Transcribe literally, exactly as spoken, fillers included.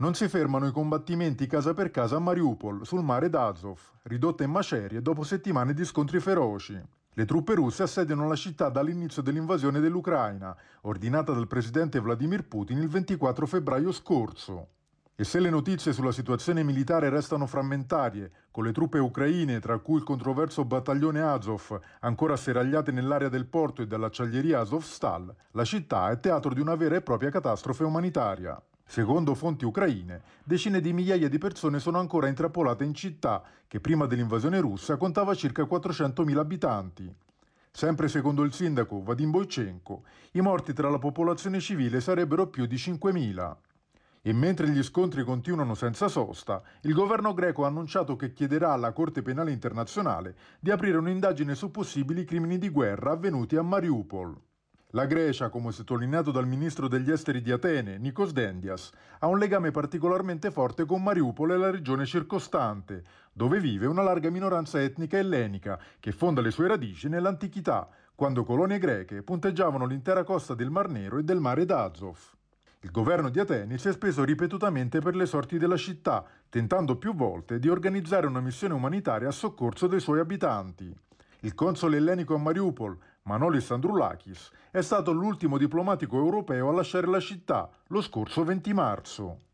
Non si fermano i combattimenti casa per casa a Mariupol, sul mare d'Azov, ridotta in macerie dopo settimane di scontri feroci. Le truppe russe assediano la città dall'inizio dell'invasione dell'Ucraina, ordinata dal presidente Vladimir Putin il ventiquattro febbraio scorso. E se le notizie sulla situazione militare restano frammentarie, con le truppe ucraine, tra cui il controverso battaglione Azov, ancora serragliate nell'area del porto e dell'acciaieria Azovstal, la città è teatro di una vera e propria catastrofe umanitaria. Secondo fonti ucraine, decine di migliaia di persone sono ancora intrappolate in città, che prima dell'invasione russa contava circa quattrocentomila abitanti. Sempre secondo il sindaco Vadim Boychenko, i morti tra la popolazione civile sarebbero più di cinquemila. E mentre gli scontri continuano senza sosta, il governo greco ha annunciato che chiederà alla Corte Penale Internazionale di aprire un'indagine su possibili crimini di guerra avvenuti a Mariupol. La Grecia, come sottolineato dal ministro degli esteri di Atene, Nikos Dendias, ha un legame particolarmente forte con Mariupol e la regione circostante, dove vive una larga minoranza etnica ellenica che fonda le sue radici nell'antichità, quando colonie greche punteggiavano l'intera costa del Mar Nero e del mare d'Azov. Il governo di Atene si è speso ripetutamente per le sorti della città, tentando più volte di organizzare una missione umanitaria a soccorso dei suoi abitanti. Il console ellenico a Mariupol, Manolis Androulakis, è stato l'ultimo diplomatico europeo a lasciare la città lo scorso venti marzo.